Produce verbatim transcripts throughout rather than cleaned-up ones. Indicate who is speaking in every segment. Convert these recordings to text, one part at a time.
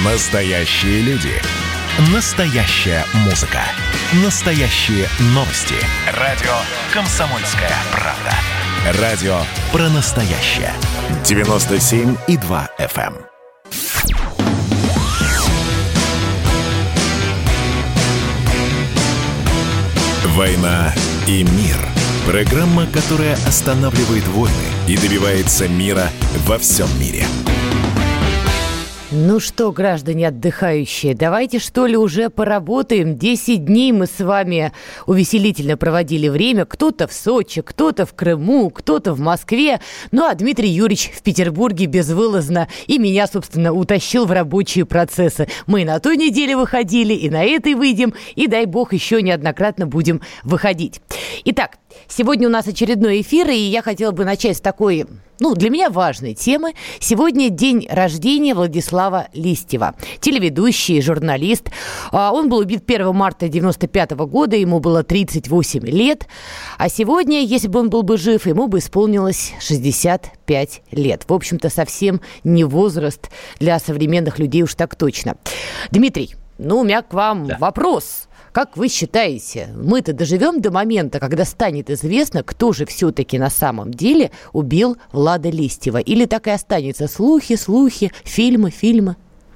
Speaker 1: Настоящие люди. Настоящая музыка. Настоящие новости. Радио «Комсомольская правда». Радио про настоящее. девяносто семь и два эф эм. «Война и мир». Программа, которая останавливает войны и добивается мира во всем мире.
Speaker 2: Ну что, граждане отдыхающие, давайте что ли уже поработаем. Десять дней мы с вами увеселительно проводили время. Кто-то в Сочи, кто-то в Крыму, кто-то в Москве. Ну а Дмитрий Юрьевич в Петербурге безвылазно и меня, собственно, утащил в рабочие процессы. Мы и на той неделе выходили, и на этой выйдем, и, дай бог, еще неоднократно будем выходить. Итак, сегодня у нас очередной эфир, и я хотела бы начать с такой, ну, для меня важной темы. Сегодня день рождения Владислава Листьева, телеведущий, журналист. Он был убит первого марта девяносто пятого года, ему было тридцать восемь лет. А сегодня, если бы он был бы жив, ему бы исполнилось шестьдесят пять лет. В общем-то, совсем не возраст для современных людей, уж так точно. Дмитрий, ну, у меня к вам да. вопрос. Как вы считаете, мы-то доживем до момента, когда станет известно, кто же все-таки на самом деле убил Влада Листьева? Или так и останется слухи, слухи, фильмы, фильмы?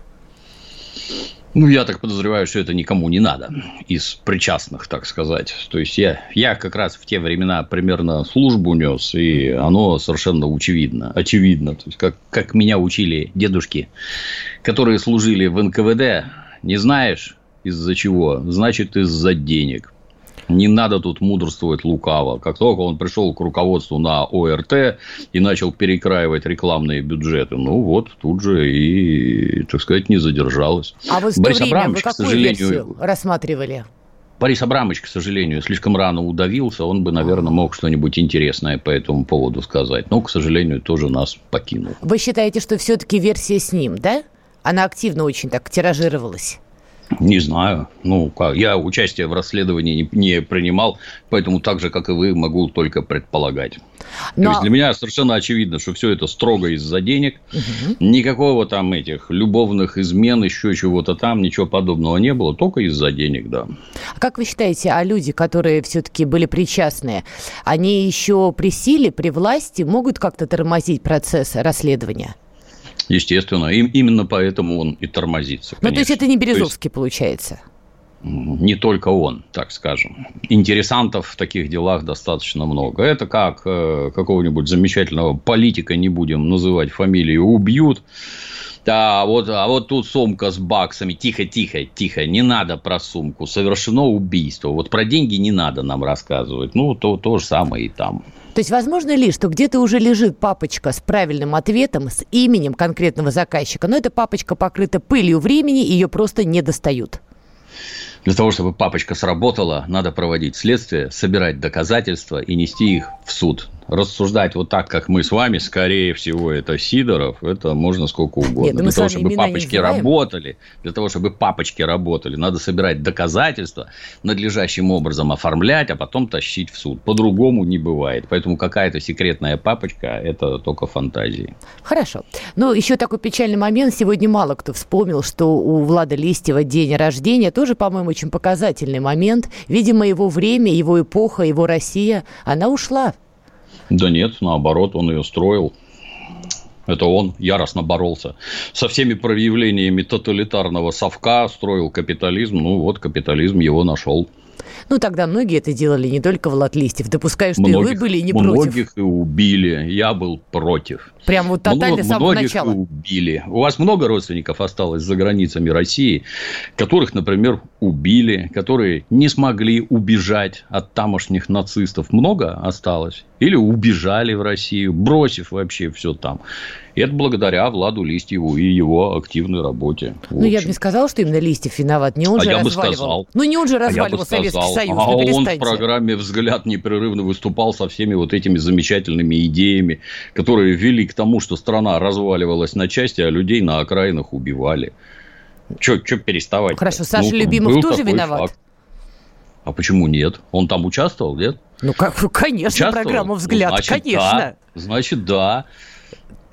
Speaker 3: Ну, я так подозреваю, что это никому не надо из причастных, так сказать. То есть, я, я как раз в те времена примерно службу нес, и оно совершенно очевидно. очевидно. То есть, как, как меня учили дедушки, которые служили в эн ка вэ дэ, не знаешь... Из-за чего? Значит, из-за денег. Не надо тут мудрствовать лукаво. Как только он пришел к руководству на о эр тэ и начал перекраивать рекламные бюджеты, ну вот тут же и, так сказать, не задержалось.
Speaker 2: А вот в то время вы какую версию рассматривали?
Speaker 3: Борис Абрамович, к сожалению, слишком рано удавился. Он бы, наверное, мог что-нибудь интересное по этому поводу сказать. Но, к сожалению, тоже нас покинул.
Speaker 2: Вы считаете, что все-таки версия с ним, да? Она активно очень так тиражировалась.
Speaker 3: Не знаю. Ну, как? Я участие в расследовании не, не принимал, поэтому так же, как и вы, могу только предполагать. Но... То есть, для меня совершенно очевидно, что все это строго из-за денег. Угу. Никакого там этих любовных измен, еще чего-то там, ничего подобного не было, только из-за денег, да.
Speaker 2: А как вы считаете, а люди, которые все-таки были причастны, они еще при силе, при власти могут как-то тормозить процесс расследования?
Speaker 3: Естественно, им, именно поэтому он и тормозится.
Speaker 2: Ну, то есть, это не Березовский, есть, получается?
Speaker 3: Не только он, так скажем. Интересантов в таких делах достаточно много. Это как э, какого-нибудь замечательного политика, не будем называть фамилию, убьют. А вот, а вот тут сумка с баксами. Тихо, тихо, тихо. Не надо про сумку. Совершено убийство. Вот про деньги не надо нам рассказывать. Ну, то, то же самое и там.
Speaker 2: То есть, возможно ли, что где-то уже лежит папочка с правильным ответом, с именем конкретного заказчика, но эта папочка покрыта пылью времени, и ее просто не достают?
Speaker 3: Для того, чтобы папочка сработала, надо проводить следствие, собирать доказательства и нести их в суд. Рассуждать вот так, как мы с вами, скорее всего, это Сидоров, это можно сколько угодно. Нет, для того, чтобы папочки работали, для того, чтобы папочки работали, надо собирать доказательства, надлежащим образом оформлять, а потом тащить в суд. По-другому не бывает. Поэтому какая-то секретная папочка – это только фантазии.
Speaker 2: Хорошо. Ну, еще такой печальный момент. Сегодня мало кто вспомнил, что у Влада Листьева день рождения. Тоже, по-моему, очень показательный момент. Видимо, его время, его эпоха, его Россия, она ушла.
Speaker 3: Да нет, наоборот, он ее строил. Это он яростно боролся со всеми проявлениями тоталитарного совка, строил капитализм. Ну, вот капитализм его нашел.
Speaker 2: Ну, тогда многие это делали, не только Влад Листьев. Допускаю, что многих, и вы были не
Speaker 3: многих
Speaker 2: против.
Speaker 3: Многих и убили. Я был против.
Speaker 2: Прям вот тотально с самого
Speaker 3: многих
Speaker 2: начала.
Speaker 3: Многих убили. У вас много родственников осталось за границами России, которых, например, убили, которые не смогли убежать от тамошних нацистов. Много осталось? Или убежали в Россию, бросив вообще все там. И это благодаря Владу Листьеву и его активной работе.
Speaker 2: Ну, я бы не сказал, что именно Листьев виноват. Не он
Speaker 3: а
Speaker 2: же
Speaker 3: я
Speaker 2: разваливал.
Speaker 3: Бы сказал.
Speaker 2: Ну, не он же разваливал
Speaker 3: а
Speaker 2: Советский
Speaker 3: сказал.
Speaker 2: Союз.
Speaker 3: А
Speaker 2: ну,
Speaker 3: он в программе «Взгляд» непрерывно выступал со всеми вот этими замечательными идеями, которые вели к тому, что страна разваливалась на части, а людей на окраинах убивали. Че переставать?
Speaker 2: Хорошо, Саша ну, Любимов тоже виноват?
Speaker 3: Факт. А почему нет? Он там участвовал, нет?
Speaker 2: Ну, как, конечно, участвовал? Программа «Взгляд»,
Speaker 3: ну, значит,
Speaker 2: конечно.
Speaker 3: Да. Значит, да.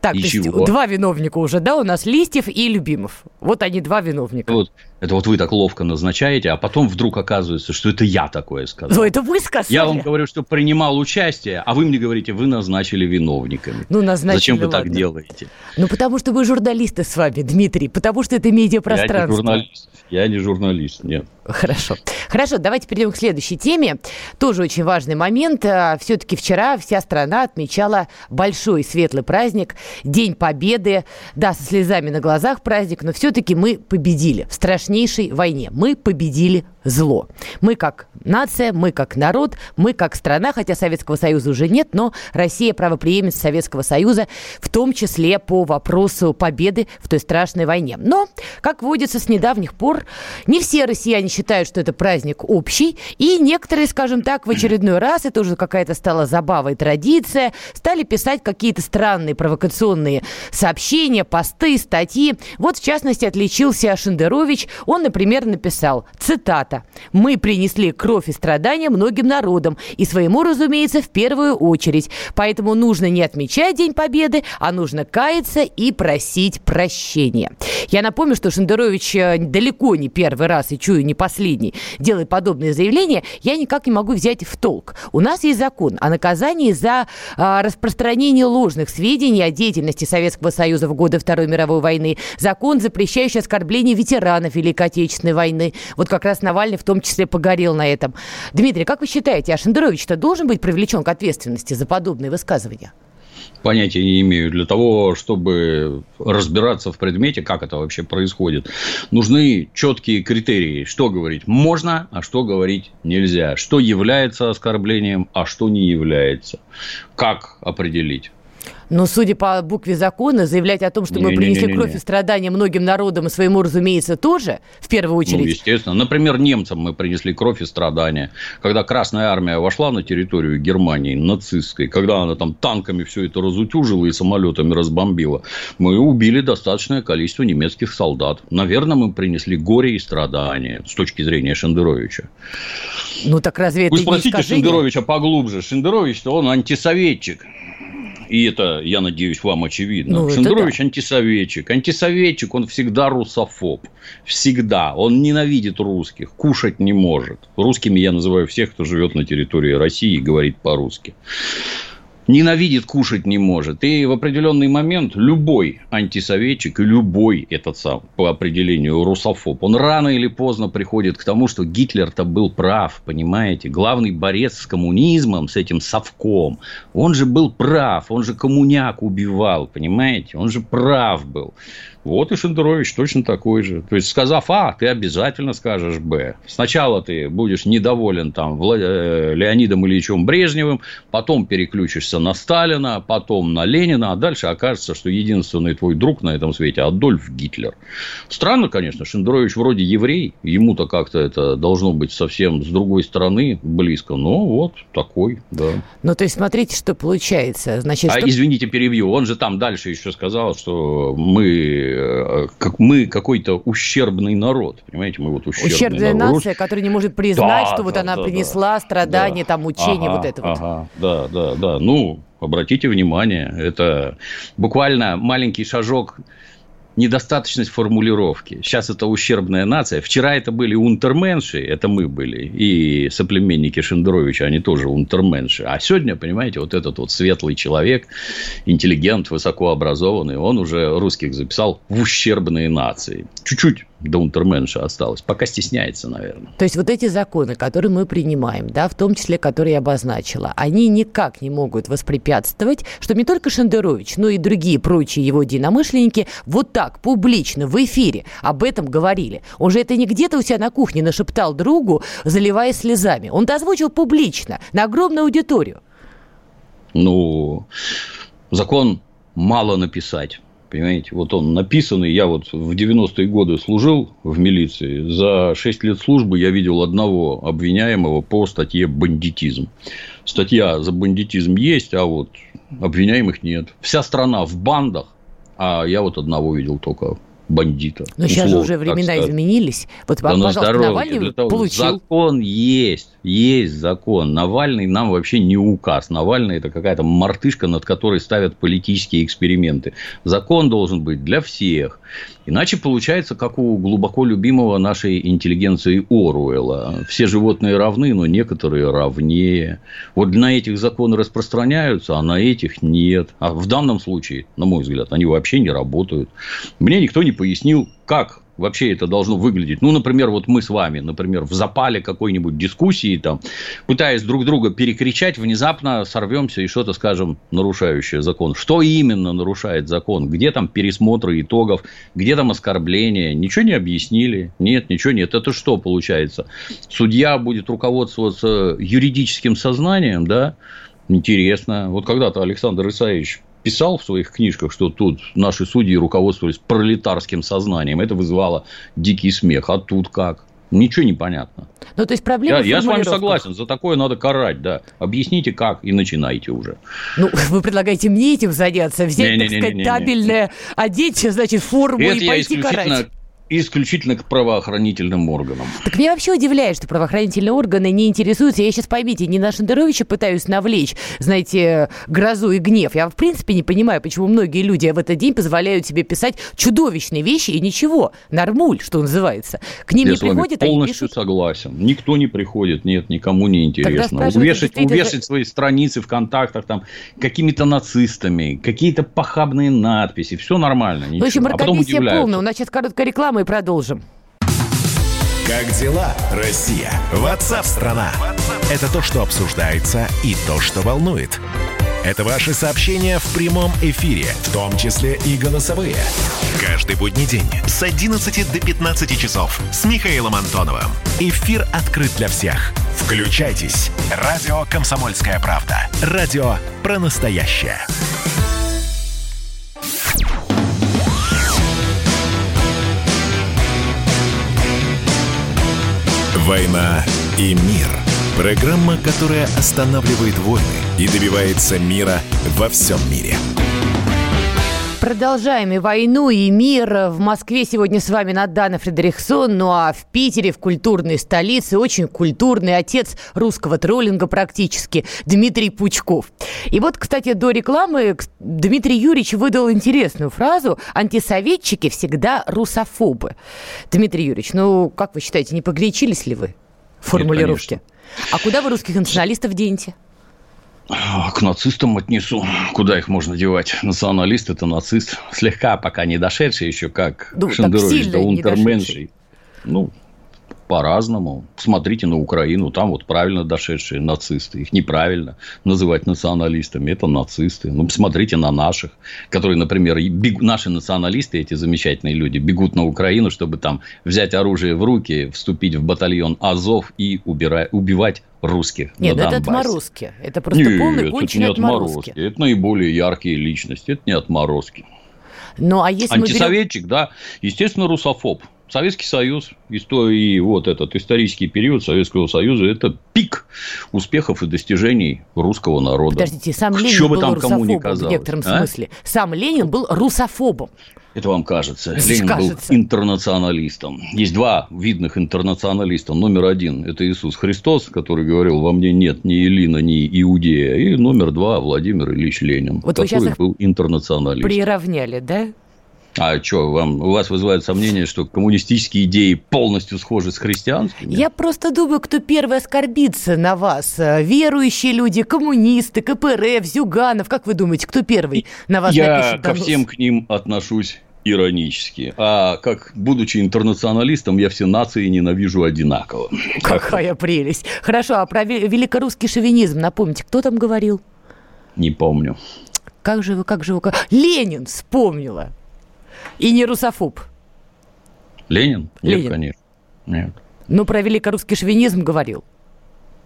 Speaker 2: Так, то есть два виновника уже, да, у нас Листьев и Любимов. Вот они, два виновника.
Speaker 3: Вот, это вот вы так ловко назначаете, а потом вдруг оказывается, что это я такое сказал.
Speaker 2: Ну, это вы сказали.
Speaker 3: Я вам говорю, что принимал участие, а вы мне говорите, вы назначили виновниками.
Speaker 2: Ну, назначили,
Speaker 3: Зачем вы
Speaker 2: ладно.
Speaker 3: так делаете?
Speaker 2: Ну, потому что вы журналисты с вами, Дмитрий, потому что это медиапространство.
Speaker 3: Я не журналист, я не журналист, нет.
Speaker 2: Хорошо. Хорошо, давайте перейдем к следующей теме. Тоже очень важный момент. Все-таки вчера вся страна отмечала большой светлый праздник, День Победы. Да, со слезами на глазах праздник, но все-таки мы победили в страшнейшей войне. Мы победили зло. Мы как нация, мы как народ, мы как страна, хотя Советского Союза уже нет, но Россия правопреемница Советского Союза, в том числе по вопросу победы в той страшной войне. Но, как водится с недавних пор, не все россияне считают, что это праздник общий, и некоторые, скажем так, в очередной раз, это уже какая-то стала забава и традиция, стали писать какие-то странные провокационные сообщения, посты, статьи. Вот, в частности, отличился Шендерович. Он, например, написал, цитата, «Мы принесли кровь и страдания многим народам, и своему, разумеется, в первую очередь. Поэтому нужно не отмечать День Победы, а нужно каяться и просить прощения». Я напомню, что Шендерович далеко не первый раз, и чую, не последний, делает подобные заявления. Я никак не могу взять в толк. У нас есть закон о наказании за а, распространение ложных сведений о деятельности Советского Союза в годы Второй мировой войны, закон, запрещающий оскорбление ветеранов Великой Отечественной войны. Вот как раз Навальный в том числе погорел на этом. Дмитрий, как вы считаете, а Шендерович-то должен быть привлечен к ответственности за подобные высказывания?
Speaker 3: Понятия не имею. Для того, чтобы разбираться в предмете, как это вообще происходит, нужны четкие критерии. Что говорить можно, а что говорить нельзя. Что является оскорблением, а что не является. Как определить?
Speaker 2: Но, судя по букве закона, заявлять о том, что мы принесли кровь и страдания многим народам и своему, разумеется, тоже, в первую очередь.
Speaker 3: Ну, естественно. Например, немцам мы принесли кровь и страдания. Когда Красная Армия вошла на территорию Германии, нацистской, когда она там танками все это разутюжила и самолетами разбомбила, мы убили достаточное количество немецких солдат. Наверное, мы принесли горе и страдания с точки зрения Шендеровича.
Speaker 2: Ну, так разве это
Speaker 3: Вы
Speaker 2: не
Speaker 3: спросите
Speaker 2: искажение?
Speaker 3: Шендеровича поглубже. Шендерович-то он антисоветчик. И это, я надеюсь, вам очевидно. Ну, Шендерович да. антисоветчик. Антисоветчик, он всегда русофоб. Всегда. Он ненавидит русских. Кушать не может. Русскими я называю всех, кто живет на территории России и говорит по-русски. Ненавидит, кушать не может. И в определенный момент любой антисоветчик и любой этот сам, по определению, русофоб, он рано или поздно приходит к тому, что Гитлер-то был прав, понимаете? Главный борец с коммунизмом, с этим совком, он же был прав, он же коммуняк убивал, понимаете? Он же прав был. Вот и Шендерович точно такой же. То есть, сказав А, ты обязательно скажешь Б. Сначала ты будешь недоволен там Леонидом Ильичем Брежневым, потом переключишься на Сталина, потом на Ленина, а дальше окажется, что единственный твой друг на этом свете Адольф Гитлер. Странно, конечно, Шендерович вроде еврей, ему-то как-то это должно быть совсем с другой стороны близко, но вот такой, да.
Speaker 2: Ну, то есть, смотрите, что получается. Значит,
Speaker 3: а,
Speaker 2: что...
Speaker 3: извините, перебью, он же там дальше еще сказал, что мы... как мы какой-то ущербный народ, понимаете, мы вот ущербный
Speaker 2: Ущербная
Speaker 3: народ.
Speaker 2: нация, которая не может признать,
Speaker 3: да,
Speaker 2: что вот
Speaker 3: да,
Speaker 2: она
Speaker 3: да,
Speaker 2: принесла
Speaker 3: да,
Speaker 2: страдания,
Speaker 3: да.
Speaker 2: там, мучения,
Speaker 3: ага,
Speaker 2: вот это вот.
Speaker 3: Ага, да, да, да. Ну, обратите внимание, это буквально маленький шажок. Недостаточность формулировки. Сейчас это ущербная нация. Вчера это были унтерменши, это мы были. И соплеменники Шендеровича, они тоже унтерменши. А сегодня, понимаете, вот этот вот светлый человек, интеллигент, высокообразованный, он уже русских записал в ущербные нации. Чуть-чуть до унтерменша осталось. Пока стесняется, наверное.
Speaker 2: То есть, вот эти законы, которые мы принимаем, да, в том числе, которые я обозначила, они никак не могут воспрепятствовать, что не только Шендерович, но и другие прочие его единомышленники вот так публично в эфире об этом говорили. Он же это не где-то у себя на кухне нашептал другу, заливаясь слезами. Он озвучил публично, на огромную аудиторию.
Speaker 3: Ну, закон мало написать. Понимаете, вот он написанный. Я вот в девяностые годы служил в милиции. За шесть лет службы я видел одного обвиняемого по статье «Бандитизм». Статья за бандитизм есть, а вот обвиняемых нет. Вся страна в бандах, а я вот одного видел только бандита.
Speaker 2: Но сейчас же уже времена изменились. Вот, да, пожалуйста, Навальный получил.
Speaker 3: Закон есть, есть закон. Навальный нам вообще не указ. Навальный – это какая-то мартышка, над которой ставят политические эксперименты. Закон должен быть для всех. Иначе получается, как у глубоко любимого нашей интеллигенции Оруэлла. Все животные равны, но некоторые равнее. Вот на этих законы распространяются, а на этих нет. А в данном случае, на мой взгляд, они вообще не работают. Мне никто не пояснил, как вообще это должно выглядеть. Ну, например, вот мы с вами, например, в запале какой-нибудь дискуссии, там, пытаясь друг друга перекричать, внезапно сорвемся и что-то скажем, нарушающее закон. Что именно нарушает закон? Где там пересмотры итогов? Где там оскорбления? Ничего не объяснили? Нет, ничего нет. Это что получается? Судья будет руководствоваться юридическим сознанием, да? Интересно. Вот когда-то Александр Исаевич писал в своих книжках, что тут наши судьи руководствовались пролетарским сознанием. Это вызывало дикий смех. А тут как? Ничего не понятно.
Speaker 2: Ну, то есть проблема
Speaker 3: я, я с вами согласен. За такое надо карать, да. Объясните, как, и начинайте уже.
Speaker 2: Ну, вы предлагаете мне этим заняться? Взять, не, так не, сказать, не, не, не, табельное, одеть, значит, форму это и пойти карать?
Speaker 3: Исключительно к правоохранительным органам.
Speaker 2: Так меня вообще удивляет, что правоохранительные органы не интересуются. Я сейчас, поймите, не на Шендеровича пытаюсь навлечь, знаете, грозу и гнев. Я, в принципе, не понимаю, почему многие люди в этот день позволяют себе писать чудовищные вещи и ничего. Нормуль, что называется. К ним
Speaker 3: Я
Speaker 2: не приходят,
Speaker 3: они полностью
Speaker 2: пишут.
Speaker 3: согласен. Никто не приходит, нет, никому не интересно. Увешать, увешать это... свои страницы ВКонтактах там какими-то нацистами, какие-то похабные надписи. Все нормально. Ничего.
Speaker 2: В общем, мракобесие
Speaker 3: а
Speaker 2: полное. У нас сейчас короткая реклама, и продолжим.
Speaker 1: Как дела, Россия? Ватсап-страна! Это то, что обсуждается, и то, что волнует. Это ваши сообщения в прямом эфире, в том числе и голосовые. Каждый будний день с одиннадцати до пятнадцати часов с Михаилом Антоновым. Эфир открыт для всех. Включайтесь. Радио «Комсомольская правда». Радио про настоящее. «Война и мир». Программа, которая останавливает войны и добивается мира во всем мире.
Speaker 2: Продолжаем и войну, и мир. В Москве сегодня с вами Надана Фредериксон, ну а в Питере, в культурной столице, очень культурный отец русского троллинга практически, Дмитрий Пучков. И вот, кстати, до рекламы Дмитрий Юрьевич выдал интересную фразу: «Антисоветчики всегда русофобы». Дмитрий Юрьевич, ну, как вы считаете, не погорячились ли вы в формулировке? Нет, а куда вы русских националистов денете?
Speaker 3: К нацистам отнесу. Куда их можно девать? Националист – это нацист. Слегка пока не дошедший еще, как ну, Шендерович до унтерменшей. Ну, по-разному. Посмотрите на Украину. Там вот правильно дошедшие нацисты. Их неправильно называть националистами. Это нацисты. Ну, посмотрите на наших, которые, например, бег... наши националисты, эти замечательные люди, бегут на Украину, чтобы там взять оружие в руки, вступить в батальон Азов и убира... убивать русских.
Speaker 2: Нет, ну это отморозки. Это просто Нет, полный конченый отморозки.
Speaker 3: отморозки. Это наиболее яркие личности. Это не отморозки.
Speaker 2: Ну, а если
Speaker 3: Антисоветчик, мы берем... да, естественно, русофоб. Советский Союз и вот этот исторический период Советского Союза – это пик успехов и достижений русского народа.
Speaker 2: Подождите, сам Ленин
Speaker 3: Что
Speaker 2: был
Speaker 3: там
Speaker 2: русофобом в некотором а? смысле. Сам Ленин был русофобом.
Speaker 3: Это вам кажется.
Speaker 2: Здесь
Speaker 3: Ленин
Speaker 2: кажется.
Speaker 3: был интернационалистом. Есть два видных интернационалиста. Номер один – это Иисус Христос, который говорил: во мне нет ни Эллина, ни Иудея. И номер два – Владимир Ильич Ленин,
Speaker 2: вот
Speaker 3: который был интернационалист.
Speaker 2: Приравняли, да?
Speaker 3: А что, вам, у вас вызывает сомнение, что коммунистические идеи полностью схожи с христианскими?
Speaker 2: Я просто думаю, кто первый оскорбится на вас. Верующие люди, коммунисты, ка пэ эр эф, Зюганов. Как вы думаете, кто первый на вас
Speaker 3: Я
Speaker 2: напишет донос?
Speaker 3: Я ко всем к ним отношусь иронически. А как, будучи интернационалистом, я все нации ненавижу одинаково.
Speaker 2: Какая прелесть. Хорошо, а про великорусский шовинизм напомните, кто там говорил?
Speaker 3: Не помню.
Speaker 2: Как же вы, как же вы... Ленин вспомнила. И не русофоб.
Speaker 3: Ленин? Нет,
Speaker 2: Ленин.
Speaker 3: конечно. Нет.
Speaker 2: Ну, про великорусский шовинизм говорил.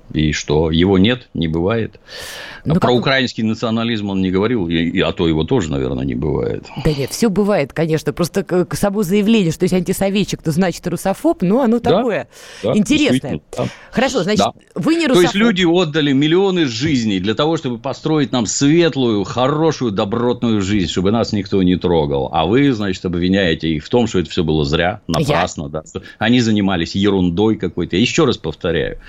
Speaker 3: И что? Его нет? Не бывает? Ну, а про как... украинский национализм он не говорил, и, а то его тоже, наверное, не бывает.
Speaker 2: Да нет, все бывает, конечно. Просто к, к само заявление, что если антисоветчик, то значит русофоб, ну, оно да, такое да, интересное. Да. Хорошо, значит, да. Вы не русофоб.
Speaker 3: То есть люди отдали миллионы жизней для того, чтобы построить нам светлую, хорошую, добротную жизнь, чтобы нас никто не трогал. А вы, значит, обвиняете их в том, что это все было зря, напрасно. Я... Да, что они занимались ерундой какой-то. Я еще раз повторяю.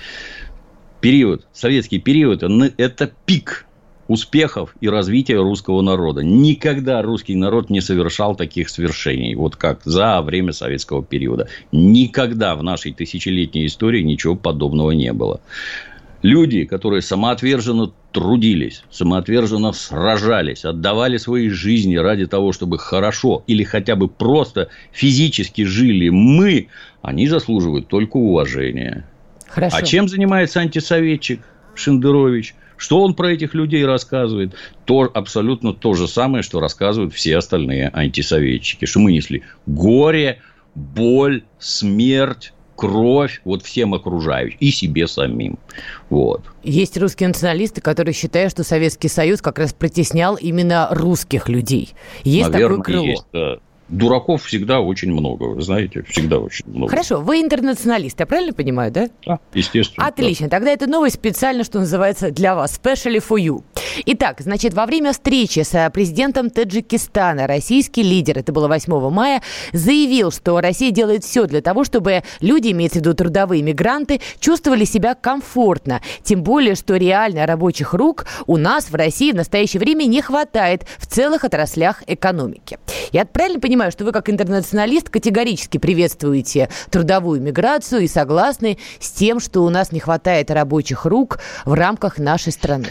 Speaker 3: Период, советский период, это пик успехов и развития русского народа. Никогда русский народ не совершал таких свершений, вот как за время советского периода. Никогда в нашей тысячелетней истории ничего подобного не было. Люди, которые самоотверженно трудились, самоотверженно сражались, отдавали свои жизни ради того, чтобы хорошо или хотя бы просто физически жили мы, они заслуживают только уважения.
Speaker 2: Хорошо.
Speaker 3: А чем занимается антисоветчик Шендерович? Что он про этих людей рассказывает? То, абсолютно то же самое, что рассказывают все остальные антисоветчики. Что мы несли горе, боль, смерть, кровь вот всем окружающим и себе самим. Вот.
Speaker 2: Есть русские националисты, которые считают, что Советский Союз как раз притеснял именно русских людей. Есть
Speaker 3: Наверное,
Speaker 2: такое крыло.
Speaker 3: Есть, да. Дураков всегда очень много, вы знаете, всегда очень много.
Speaker 2: Хорошо, вы интернационалист, я правильно понимаю, да?
Speaker 3: Да, естественно.
Speaker 2: Отлично,
Speaker 3: да.
Speaker 2: Тогда эта новость специально, что называется, для вас, specially for you. Итак, значит, во время встречи с президентом Таджикистана российский лидер, это было восьмого мая, заявил, что Россия делает все для того, чтобы люди, имеется в виду трудовые мигранты, чувствовали себя комфортно. Тем более, что реально рабочих рук у нас в России в настоящее время не хватает в целых отраслях экономики. Я правильно понимаю, что вы, как интернационалист, категорически приветствуете трудовую миграцию и согласны с тем, что у нас не хватает рабочих рук в рамках нашей страны?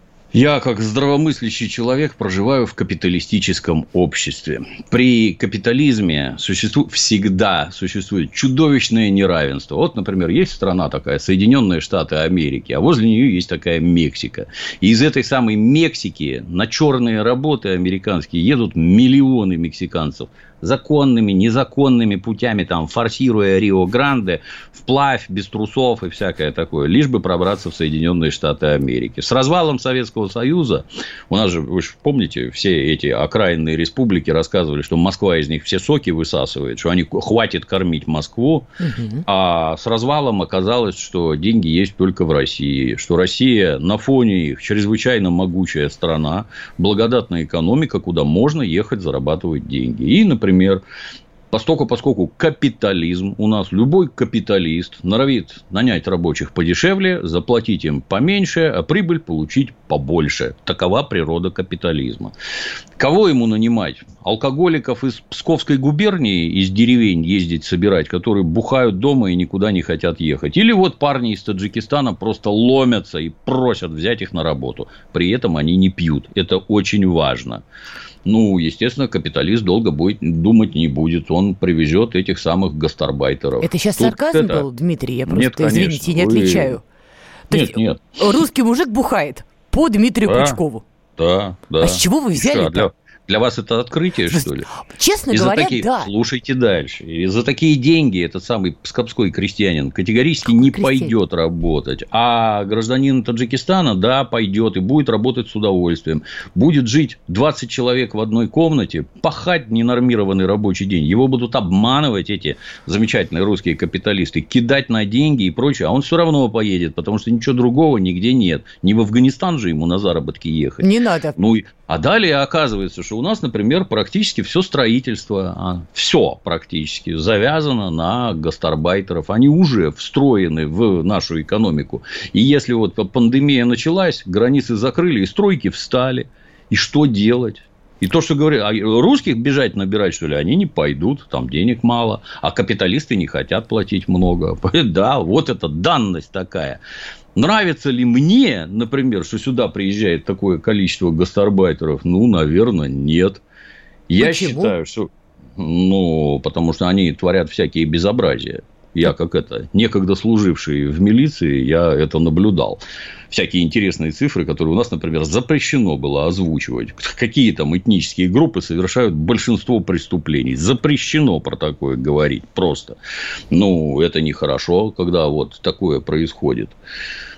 Speaker 3: Я, как здравомыслящий человек, проживаю в капиталистическом обществе. При капитализме существует, всегда существует чудовищное неравенство. Вот, например, есть страна такая, Соединенные Штаты Америки, а возле нее есть такая Мексика. И из этой самой Мексики на черные работы американские едут миллионы мексиканцев. Законными, незаконными путями, там, форсируя Рио-Гранде, вплавь, без трусов и всякое такое, лишь бы пробраться в Соединенные Штаты Америки. С развалом Советского Союза, у нас же, вы же помните, все эти окраинные республики рассказывали, что Москва из них все соки высасывает, что они хватит кормить Москву, угу. А с развалом оказалось, что деньги есть только в России, что Россия на фоне их чрезвычайно могучая страна, благодатная экономика, куда можно ехать зарабатывать деньги. И, например, Например, поскольку, поскольку капитализм, у нас любой капиталист норовит нанять рабочих подешевле, заплатить им поменьше, а прибыль получить побольше. Такова природа капитализма. Кого ему нанимать? Алкоголиков из Псковской губернии, из деревень ездить собирать, которые бухают дома и никуда не хотят ехать. Или вот парни из Таджикистана просто ломятся и просят взять их на работу. При этом они не пьют. Это очень важно. Ну, естественно, капиталист долго будет, думать не будет. Он привезет этих самых гастарбайтеров.
Speaker 2: Это сейчас Тут сарказм это... был, Дмитрий? Я просто,
Speaker 3: нет, конечно,
Speaker 2: извините, не
Speaker 3: вы...
Speaker 2: отличаю. То
Speaker 3: нет,
Speaker 2: есть,
Speaker 3: нет.
Speaker 2: Русский мужик бухает по Дмитрию
Speaker 3: да,
Speaker 2: Крючкову.
Speaker 3: Да, да.
Speaker 2: А с чего вы взяли?
Speaker 3: Для... Для вас это открытие, что ли?
Speaker 2: Честно
Speaker 3: и
Speaker 2: говоря,
Speaker 3: такие...
Speaker 2: да.
Speaker 3: Слушайте дальше. И за такие деньги этот самый псковской крестьянин категорически Какой не крестьянин? пойдет работать. А гражданин Таджикистана, да, пойдет и будет работать с удовольствием. Будет жить двадцать человек в одной комнате, пахать ненормированный рабочий день. Его будут обманывать эти замечательные русские капиталисты, кидать на деньги и прочее. А он все равно поедет, потому что ничего другого нигде нет. Не в Афганистан же ему на заработки ехать.
Speaker 2: Не надо.
Speaker 3: Ну, а далее оказывается, что у нас, например, практически все строительство, все практически завязано на гастарбайтеров. Они уже встроены в нашу экономику. И если вот пандемия началась, границы закрыли, и стройки встали. И что делать? И то, что говорят, а русских бежать набирать, что ли, они не пойдут, там денег мало, а капиталисты не хотят платить много. Да, вот это данность такая. Нравится ли мне, например, что сюда приезжает такое количество гастарбайтеров? Ну, наверное, нет. Я
Speaker 2: Почему?
Speaker 3: считаю, что... Ну, потому что они творят всякие безобразия. Я, как это, некогда служивший в милиции, я это наблюдал. Всякие интересные цифры, которые у нас, например, запрещено было озвучивать. Какие там этнические группы совершают большинство преступлений. Запрещено про такое говорить просто. Ну, это нехорошо, когда вот такое происходит.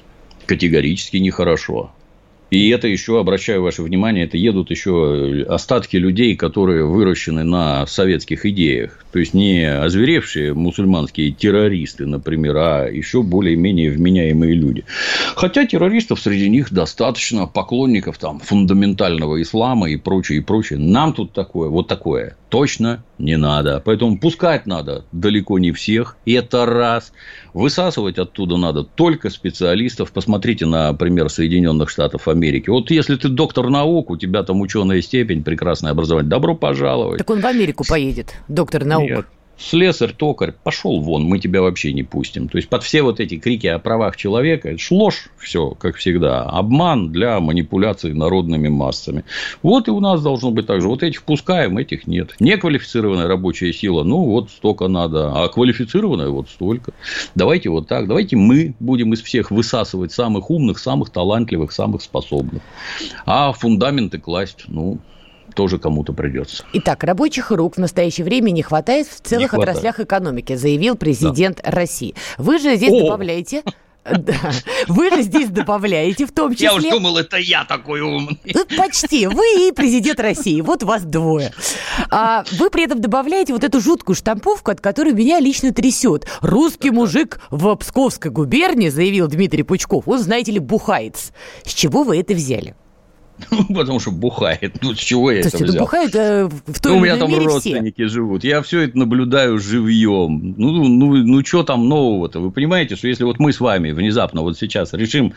Speaker 3: Категорически нехорошо. И это еще, обращаю ваше внимание, это едут еще остатки людей, которые выращены на советских идеях. То есть, не озверевшие мусульманские террористы, например, а еще более-менее вменяемые люди. Хотя террористов среди них достаточно, поклонников там, фундаментального ислама и прочее, и прочее. Нам тут такое, вот такое точно не надо. Поэтому пускать надо далеко не всех. И это раз. Высасывать оттуда надо только специалистов. Посмотрите на пример Соединенных Штатов Америки. Вот если ты доктор наук, у тебя там ученая степень, прекрасное образование, добро пожаловать.
Speaker 2: Так он в Америку поедет, доктор наук.
Speaker 3: Нет. Слесарь, токарь, пошел вон, мы тебя вообще не пустим. То есть, под все вот эти крики о правах человека, это ж ложь все, как всегда. Обман для манипуляции народными массами. Вот и у нас должно быть так же. Вот этих пускаем, этих нет. Неквалифицированная рабочая сила, ну, вот столько надо. А квалифицированная вот столько. Давайте вот так. Давайте мы будем из всех высасывать самых умных, самых талантливых, самых способных. А фундаменты класть, ну... тоже кому-то придется.
Speaker 2: Итак, рабочих рук в настоящее время не хватает в целых отраслях экономики, заявил президент да. России. Вы же здесь О! добавляете... Да. Вы же здесь добавляете в том числе...
Speaker 3: Я уж думал, это я такой умный.
Speaker 2: Почти. Вы и президент России. Вот вас двое. А вы при этом добавляете вот эту жуткую штамповку, от которой меня лично трясет. Русский мужик в Псковской губернии, заявил Дмитрий Пучков, он, знаете ли, бухает. С чего вы это взяли?
Speaker 3: Ну, потому что бухает. Ну, с чего я То это взял?
Speaker 2: Бухает э, в той
Speaker 3: ну,
Speaker 2: или
Speaker 3: у меня там родственники все. живут. Я все это наблюдаю живьем. Ну, ну, ну, что там нового-то? Вы понимаете, что если вот мы с вами внезапно вот сейчас решим,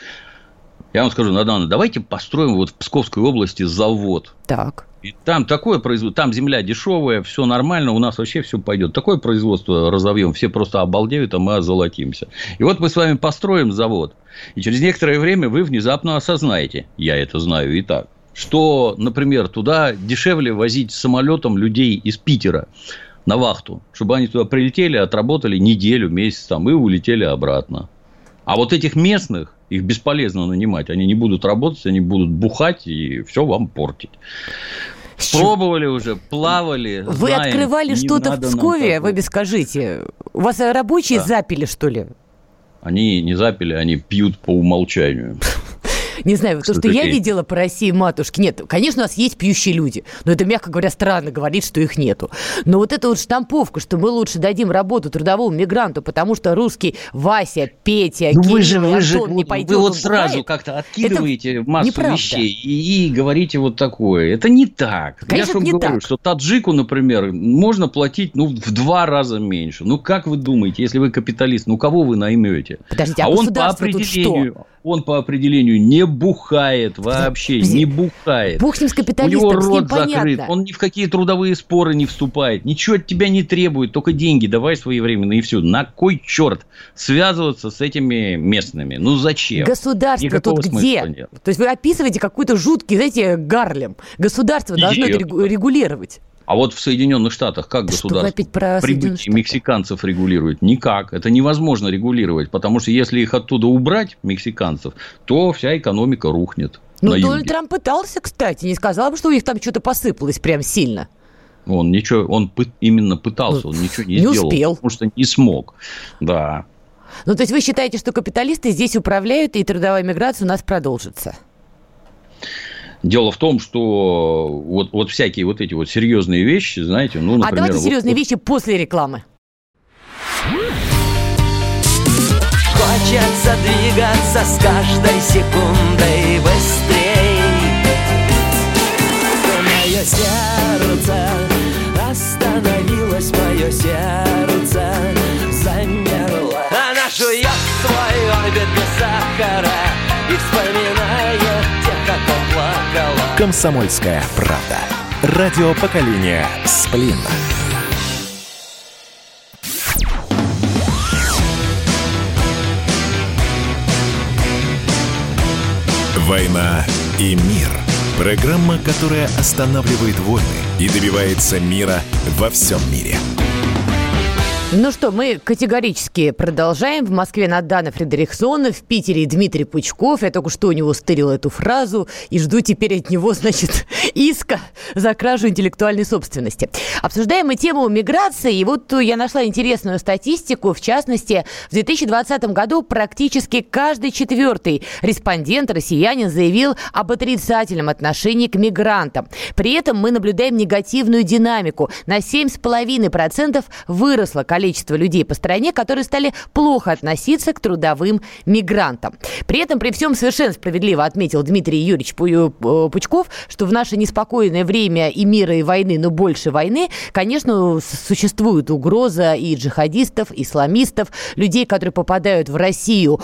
Speaker 3: я вам скажу, Надана, давайте построим вот в Псковской области завод.
Speaker 2: Так.
Speaker 3: И там такое производство, там земля дешевая, все нормально, у нас вообще все пойдет. Такое производство разовьем, все просто обалдеют, а мы озолотимся. И вот мы с вами построим завод, и через некоторое время вы внезапно осознаете, я это знаю и так, что, например, туда дешевле возить самолетом людей из Питера на вахту, чтобы они туда прилетели, отработали неделю, месяц там и улетели обратно. А вот этих местных, их бесполезно нанимать. Они не будут работать, они будут бухать и все вам портить. Пробовали уже, плавали.
Speaker 2: Вы знаем, открывали что-то в Пскове, вы мне скажите. У вас рабочие да. запили, что ли?
Speaker 3: Они не запили, они пьют по умолчанию.
Speaker 2: Не знаю, то, что я видела по России матушки. Нет, конечно, у нас есть пьющие люди. Но это, мягко говоря, странно говорить, что их нету. Но вот эта вот штамповка, что мы лучше дадим работу трудовому мигранту, потому что русский Вася, Петя, ну, Кирилл, вы же, вы же, Антон не пойдет.
Speaker 3: Вы вот сразу бухает. Как-то откидываете массу неправда. Вещей и, и говорите вот такое. Это не так. Конечно, я же вам говорю, так. Что таджику, например, можно платить ну, в два раза меньше. Ну, как вы думаете, если вы капиталист, ну, кого вы наймете?
Speaker 2: Подождите, а,
Speaker 3: а он по
Speaker 2: определению...
Speaker 3: Он по определению не бухает вообще, Подожди. не бухает.
Speaker 2: Бог с ним, с капиталистом,
Speaker 3: у него рот
Speaker 2: с ним
Speaker 3: закрыт,
Speaker 2: понятно.
Speaker 3: Он ни в какие трудовые споры не вступает, ничего от тебя не требует, только деньги давай своевременно и все. На кой черт связываться с этими местными? Ну зачем?
Speaker 2: Государство
Speaker 3: Никакого
Speaker 2: тут где?
Speaker 3: Нет.
Speaker 2: То есть вы описываете какой-то жуткий, знаете, Гарлем. Государство должно это регулировать.
Speaker 3: А вот в Соединенных Штатах как
Speaker 2: да
Speaker 3: государство прибытие мексиканцев регулирует? Никак. Это невозможно регулировать, потому что если их оттуда убрать, мексиканцев, то вся экономика рухнет.
Speaker 2: Ну, Дональд Трамп пытался, кстати, не сказал бы, что у них там что-то посыпалось прям сильно.
Speaker 3: Он ничего, он именно пытался, он ничего не,
Speaker 2: не
Speaker 3: сделал,
Speaker 2: успел.
Speaker 3: Потому что не смог. Да.
Speaker 2: Ну, то есть вы считаете, что капиталисты здесь управляют, и трудовая миграция у нас продолжится?
Speaker 3: Дело в том, что вот, вот всякие вот эти вот серьезные вещи, знаете, ну, например...
Speaker 2: А давайте
Speaker 3: вот,
Speaker 2: серьезные
Speaker 3: вот...
Speaker 2: вещи после рекламы.
Speaker 4: Хочется двигаться с каждой секундой быстрей. Мое сердце остановилось, мое сердце замерло. Она жует свой орбит без сахара и вспоминает тех, кто плакала.
Speaker 1: «Комсомольская правда». Радио поколения «Сплин». «Война и мир». Программа, которая останавливает войны и добивается мира во всем мире.
Speaker 2: Ну что, мы категорически продолжаем. В Москве Надана Фредериксон, в Питере Дмитрий Пучков. Я только что у него стырила эту фразу и жду теперь от него, значит, иска за кражу интеллектуальной собственности. Обсуждаем мы тему миграции. И вот я нашла интересную статистику. В частности, в две тысячи двадцатом году практически каждый четвертый респондент, россиянин, заявил об отрицательном отношении к мигрантам. При этом мы наблюдаем негативную динамику. На семь целых пять десятых процента выросло количество количество людей по стране, которые стали плохо относиться к трудовым мигрантам. При этом, при всем совершенно справедливо отметил Дмитрий Юрьевич Пучков, что в наше неспокойное время и мира, и войны, но больше войны, конечно, существует угроза и джихадистов, исламистов, людей, которые попадают в Россию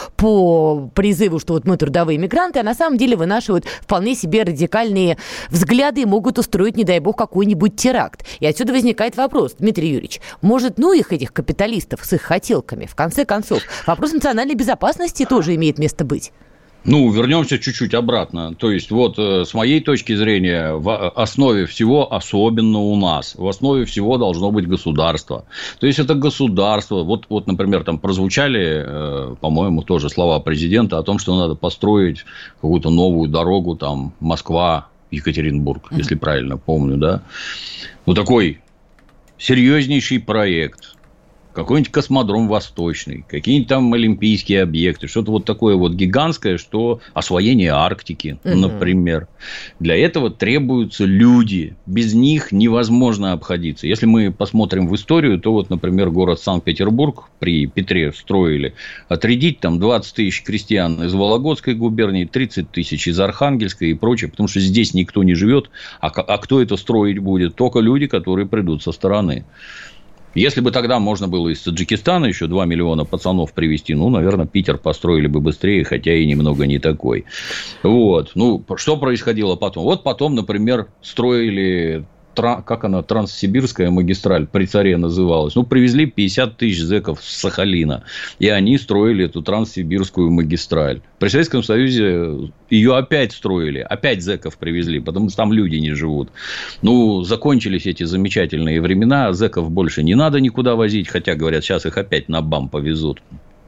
Speaker 2: по призыву, что вот мы трудовые мигранты, а на самом деле вынашивают вполне себе радикальные взгляды и могут устроить, не дай бог, какой-нибудь теракт. И отсюда возникает вопрос, Дмитрий Юрьевич, может, ну их этих капиталистов с их хотелками? В конце концов, вопрос национальной безопасности тоже имеет место быть.
Speaker 3: Ну, вернемся чуть-чуть обратно. То есть, вот с моей точки зрения, в основе всего, особенно у нас, в основе всего должно быть государство. То есть, это государство. Вот, вот например, там прозвучали, по-моему, тоже слова президента о том, что надо построить какую-то новую дорогу, там, Москва-Екатеринбург, mm-hmm. если правильно помню, да. Ну, такой серьезнейший проект. Какой-нибудь космодром Восточный, какие-нибудь там олимпийские объекты, что-то вот такое вот гигантское, что освоение Арктики, uh-huh. например. Для этого требуются люди. Без них невозможно обходиться. Если мы посмотрим в историю, то вот, например, город Санкт-Петербург при Петре строили. Отрядить там двадцать тысяч крестьян из Вологодской губернии, тридцать тысяч из Архангельской и прочее, потому что здесь никто не живет. А, а кто это строить будет? Только люди, которые придут со стороны. Если бы тогда можно было из Таджикистана еще два миллиона пацанов привезти, ну, наверное, Питер построили бы быстрее, хотя и немного не такой. Вот. Ну, что происходило потом? Вот потом, например, строили... Как она, Транссибирская магистраль при царе называлась. Ну, привезли пятьдесят тысяч зэков с Сахалина. И они строили эту Транссибирскую магистраль. При Советском Союзе ее опять строили. Опять зэков привезли, потому что там люди не живут. Ну, закончились эти замечательные времена. Зэков больше не надо никуда возить. Хотя, говорят, сейчас их опять на БАМ повезут.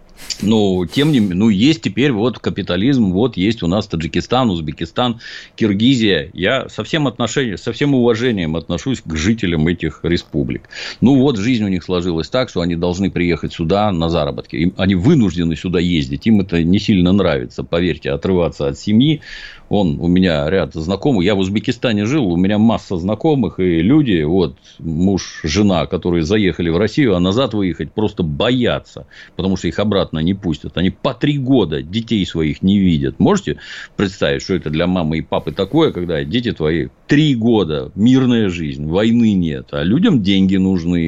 Speaker 3: Но, тем не менее, ну, есть теперь вот капитализм, вот есть у нас Таджикистан, Узбекистан, Киргизия. Я со всем отношением, со всем уважением отношусь к жителям этих республик. Ну, вот жизнь у них сложилась так, что они должны приехать сюда на заработки. Им, они вынуждены сюда ездить. Им это не сильно нравится, поверьте, отрываться от семьи. Он, у меня ряд знакомых. Я в Узбекистане жил, у меня масса знакомых. И люди, вот муж, жена, которые заехали в Россию, а назад выехать просто боятся. Потому что их обратно не пустят. Они по три года детей своих не видят. Можете представить, что это для мамы и папы такое, когда дети твои три года, мирная жизнь, войны нет. А людям деньги нужны